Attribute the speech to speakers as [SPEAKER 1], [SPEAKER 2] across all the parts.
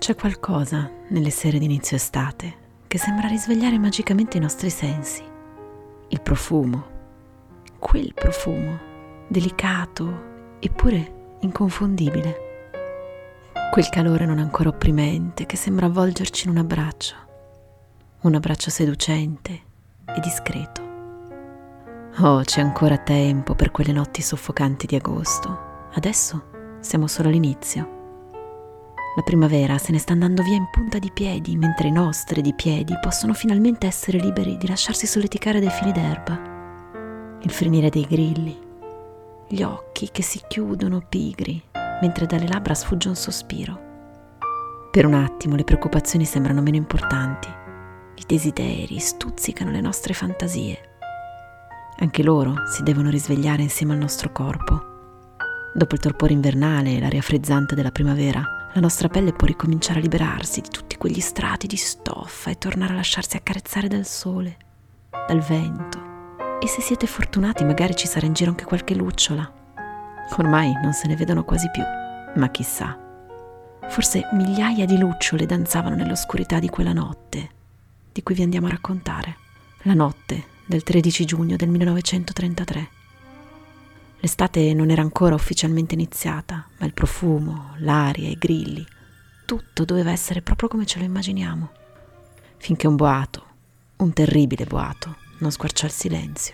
[SPEAKER 1] C'è qualcosa nelle sere d'inizio estate che sembra risvegliare magicamente i nostri sensi. Il profumo, quel profumo, delicato eppure inconfondibile. Quel calore non ancora opprimente che sembra avvolgerci in un abbraccio seducente e discreto. Oh, c'è ancora tempo per quelle notti soffocanti di agosto. Adesso siamo solo all'inizio. La primavera se ne sta andando via in punta di piedi, mentre i nostri di piedi possono finalmente essere liberi di lasciarsi solleticare dai fili d'erba. Il frinire dei grilli, gli occhi che si chiudono pigri, mentre dalle labbra sfugge un sospiro. Per un attimo le preoccupazioni sembrano meno importanti, i desideri stuzzicano le nostre fantasie. Anche loro si devono risvegliare insieme al nostro corpo. Dopo il torpore invernale e l'aria frizzante della primavera, la nostra pelle può ricominciare a liberarsi di tutti quegli strati di stoffa e tornare a lasciarsi accarezzare dal sole, dal vento. E se siete fortunati magari ci sarà in giro anche qualche lucciola. Ormai non se ne vedono quasi più, ma chissà. Forse migliaia di lucciole danzavano nell'oscurità di quella notte, di cui vi andiamo a raccontare. La notte del 13 giugno del 1933. L'estate non era ancora ufficialmente iniziata, ma il profumo, l'aria, i grilli, tutto doveva essere proprio come ce lo immaginiamo. Finché un boato, un terribile boato, non squarciò il silenzio.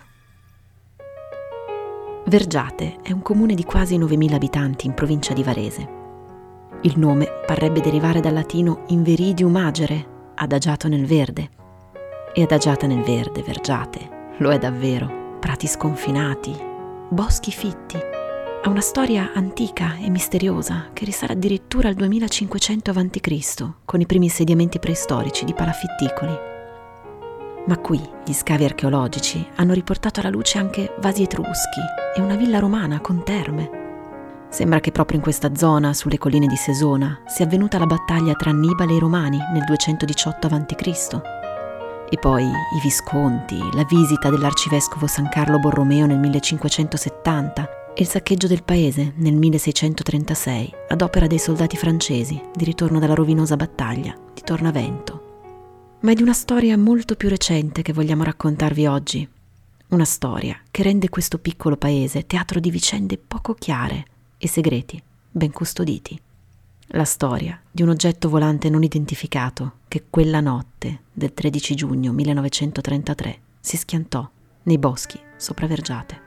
[SPEAKER 1] Vergiate è un comune di quasi 9.000 abitanti in provincia di Varese. Il nome parrebbe derivare dal latino inveridium agere, adagiato nel verde. E adagiata nel verde, Vergiate, lo è davvero, prati sconfinati, boschi fitti. Ha una storia antica e misteriosa che risale addirittura al 2500 a.C., con i primi insediamenti preistorici di palafitticoli. Ma qui gli scavi archeologici hanno riportato alla luce anche vasi etruschi e una villa romana con terme. Sembra che proprio in questa zona, sulle colline di Sesona, sia avvenuta la battaglia tra Annibale e i Romani nel 218 a.C., e poi i Visconti, la visita dell'arcivescovo San Carlo Borromeo nel 1570 e il saccheggio del paese nel 1636 ad opera dei soldati francesi di ritorno dalla rovinosa battaglia di Tornavento. Ma è di una storia molto più recente che vogliamo raccontarvi oggi. Una storia che rende questo piccolo paese teatro di vicende poco chiare e segreti ben custoditi. La storia di un oggetto volante non identificato che quella notte del 13 giugno 1933 si schiantò nei boschi sopra Vergiate.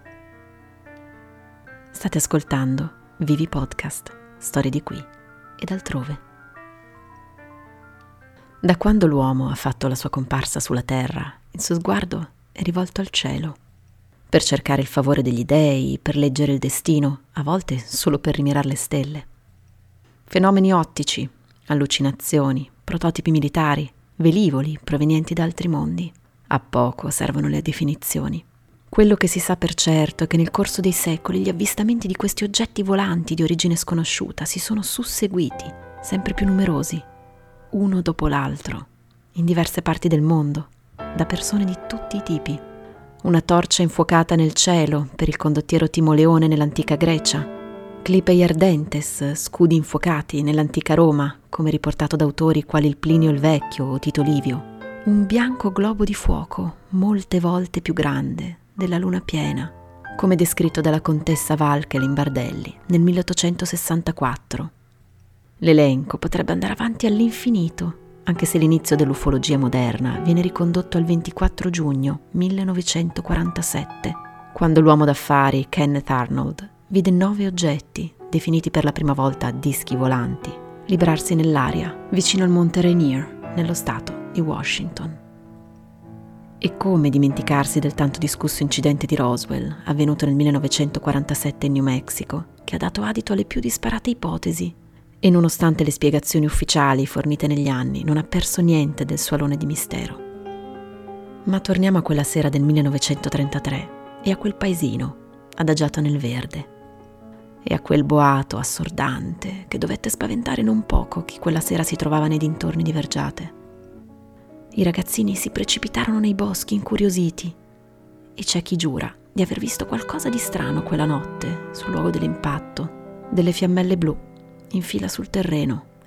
[SPEAKER 1] State ascoltando Vivi Podcast, storie di qui ed altrove. Da quando l'uomo ha fatto la sua comparsa sulla terra, il suo sguardo è rivolto al cielo, per cercare il favore degli dei, per leggere il destino, a volte solo per rimirare le stelle. Fenomeni ottici, allucinazioni, prototipi militari, velivoli provenienti da altri mondi. A poco servono le definizioni. Quello che si sa per certo è che nel corso dei secoli gli avvistamenti di questi oggetti volanti di origine sconosciuta si sono susseguiti, sempre più numerosi, uno dopo l'altro, in diverse parti del mondo, da persone di tutti i tipi. Una torcia infuocata nel cielo per il condottiero Timo Leone nell'antica Grecia, Clipei ardentes, scudi infuocati nell'antica Roma, come riportato da autori quali il Plinio il Vecchio o Tito Livio. Un bianco globo di fuoco, molte volte più grande, della luna piena, come descritto dalla contessa Valchel in Bardelli nel 1864. L'elenco potrebbe andare avanti all'infinito, anche se l'inizio dell'ufologia moderna viene ricondotto al 24 giugno 1947, quando l'uomo d'affari Kenneth Arnold vide 9 oggetti, definiti per la prima volta dischi volanti, librarsi nell'aria vicino al monte Rainier, nello stato di Washington. E come dimenticarsi del tanto discusso incidente di Roswell, avvenuto nel 1947 in New Mexico, che ha dato adito alle più disparate ipotesi, e nonostante le spiegazioni ufficiali fornite negli anni, non ha perso niente del suo alone di mistero. Ma torniamo a quella sera del 1933 e a quel paesino, adagiato nel verde, e a quel boato assordante che dovette spaventare non poco chi quella sera si trovava nei dintorni di Vergiate. I ragazzini si precipitarono nei boschi incuriositi e c'è chi giura di aver visto qualcosa di strano quella notte sul luogo dell'impatto, delle fiammelle blu in fila sul terreno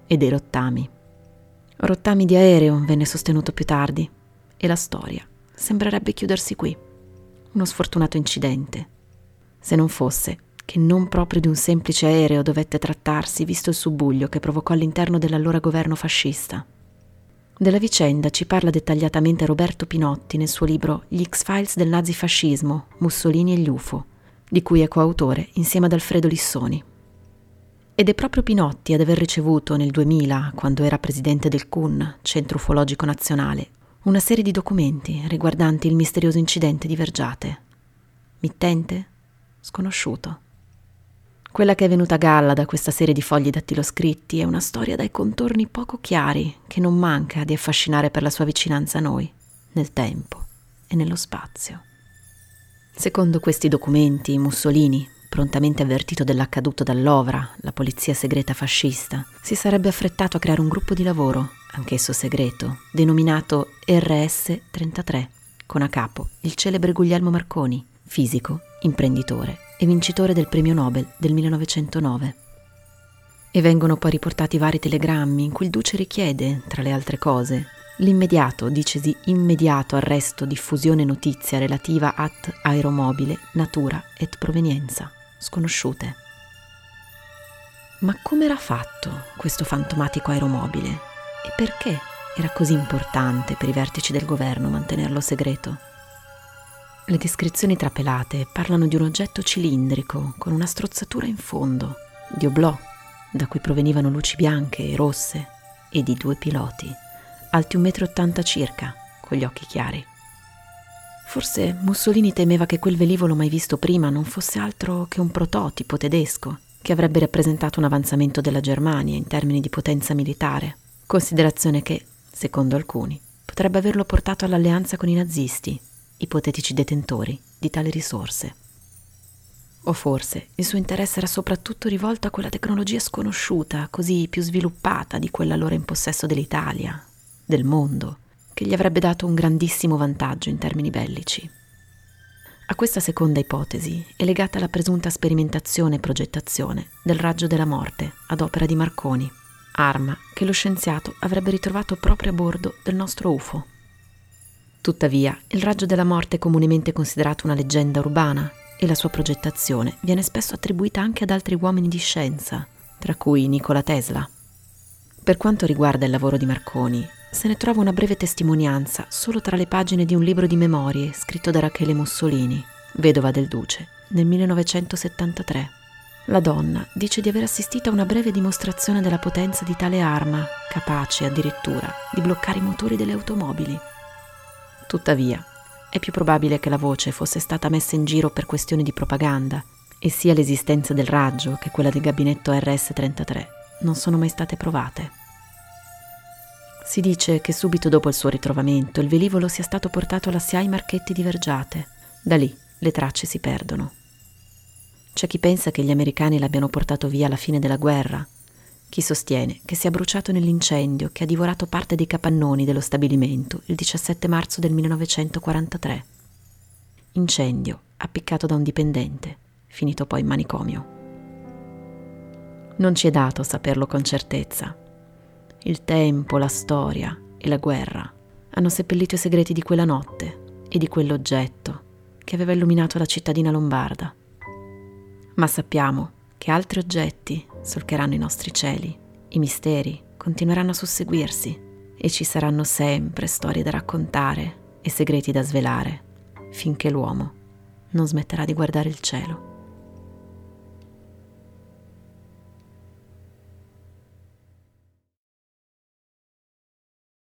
[SPEAKER 1] e dei rottami. Rottami di aereo venne sostenuto più tardi e la storia sembrerebbe chiudersi qui. Uno sfortunato incidente. Se non fosse che non proprio di un semplice aereo dovette trattarsi, visto il subbuglio che provocò all'interno dell'allora governo fascista. Della vicenda ci parla dettagliatamente Roberto Pinotti nel suo libro Gli X-Files del nazifascismo, Mussolini e gli UFO, di cui è coautore insieme ad Alfredo Lissoni. Ed è proprio Pinotti ad aver ricevuto nel 2000, quando era presidente del CUN, Centro Ufologico Nazionale, una serie di documenti riguardanti il misterioso incidente di Vergiate. Mittente? Sconosciuto. Quella che è venuta a galla da questa serie di fogli dattiloscritti è una storia dai contorni poco chiari che non manca di affascinare per la sua vicinanza a noi, nel tempo e nello spazio. Secondo questi documenti, Mussolini, prontamente avvertito dell'accaduto dall'OVRA, la polizia segreta fascista, si sarebbe affrettato a creare un gruppo di lavoro, anch'esso segreto, denominato RS-33, con a capo il celebre Guglielmo Marconi, fisico, imprenditore e vincitore del premio Nobel del 1909. E vengono poi riportati vari telegrammi in cui il duce richiede, tra le altre cose, l'immediato, dicesi immediato arresto, diffusione notizia relativa at aeromobile, natura et provenienza, sconosciute. Ma come era fatto questo fantomatico aeromobile? E perché era così importante per i vertici del governo mantenerlo segreto? Le descrizioni trapelate parlano di un oggetto cilindrico con una strozzatura in fondo, di oblò, da cui provenivano luci bianche e rosse, e di 2 piloti, alti 1,80 m circa, con gli occhi chiari. Forse Mussolini temeva che quel velivolo mai visto prima non fosse altro che un prototipo tedesco, che avrebbe rappresentato un avanzamento della Germania in termini di potenza militare, considerazione che, secondo alcuni, potrebbe averlo portato all'alleanza con i nazisti, ipotetici detentori di tali risorse. O forse il suo interesse era soprattutto rivolto a quella tecnologia sconosciuta, così più sviluppata di quella allora in possesso dell'Italia, del mondo, che gli avrebbe dato un grandissimo vantaggio in termini bellici. A questa seconda ipotesi è legata la presunta sperimentazione e progettazione del raggio della morte ad opera di Marconi, arma che lo scienziato avrebbe ritrovato proprio a bordo del nostro UFO. Tuttavia, il raggio della morte è comunemente considerato una leggenda urbana e la sua progettazione viene spesso attribuita anche ad altri uomini di scienza, tra cui Nikola Tesla. Per quanto riguarda il lavoro di Marconi, se ne trova una breve testimonianza solo tra le pagine di un libro di memorie scritto da Rachele Mussolini, vedova del duce, nel 1973. La donna dice di aver assistito a una breve dimostrazione della potenza di tale arma, capace addirittura di bloccare i motori delle automobili. Tuttavia, è più probabile che la voce fosse stata messa in giro per questioni di propaganda e sia l'esistenza del raggio che quella del gabinetto RS-33 non sono mai state provate. Si dice che subito dopo il suo ritrovamento il velivolo sia stato portato alla SIAE Marchetti di Vergiate. Da lì le tracce si perdono. C'è chi pensa che gli americani l'abbiano portato via alla fine della guerra, chi sostiene che sia bruciato nell'incendio che ha divorato parte dei capannoni dello stabilimento il 17 marzo del 1943. Incendio appiccato da un dipendente, finito poi in manicomio. Non ci è dato saperlo con certezza. Il tempo, la storia e la guerra hanno seppellito i segreti di quella notte e di quell'oggetto che aveva illuminato la cittadina lombarda. Ma sappiamo che altri oggetti solcheranno i nostri cieli, i misteri continueranno a susseguirsi e ci saranno sempre storie da raccontare e segreti da svelare, finché l'uomo non smetterà di guardare il cielo.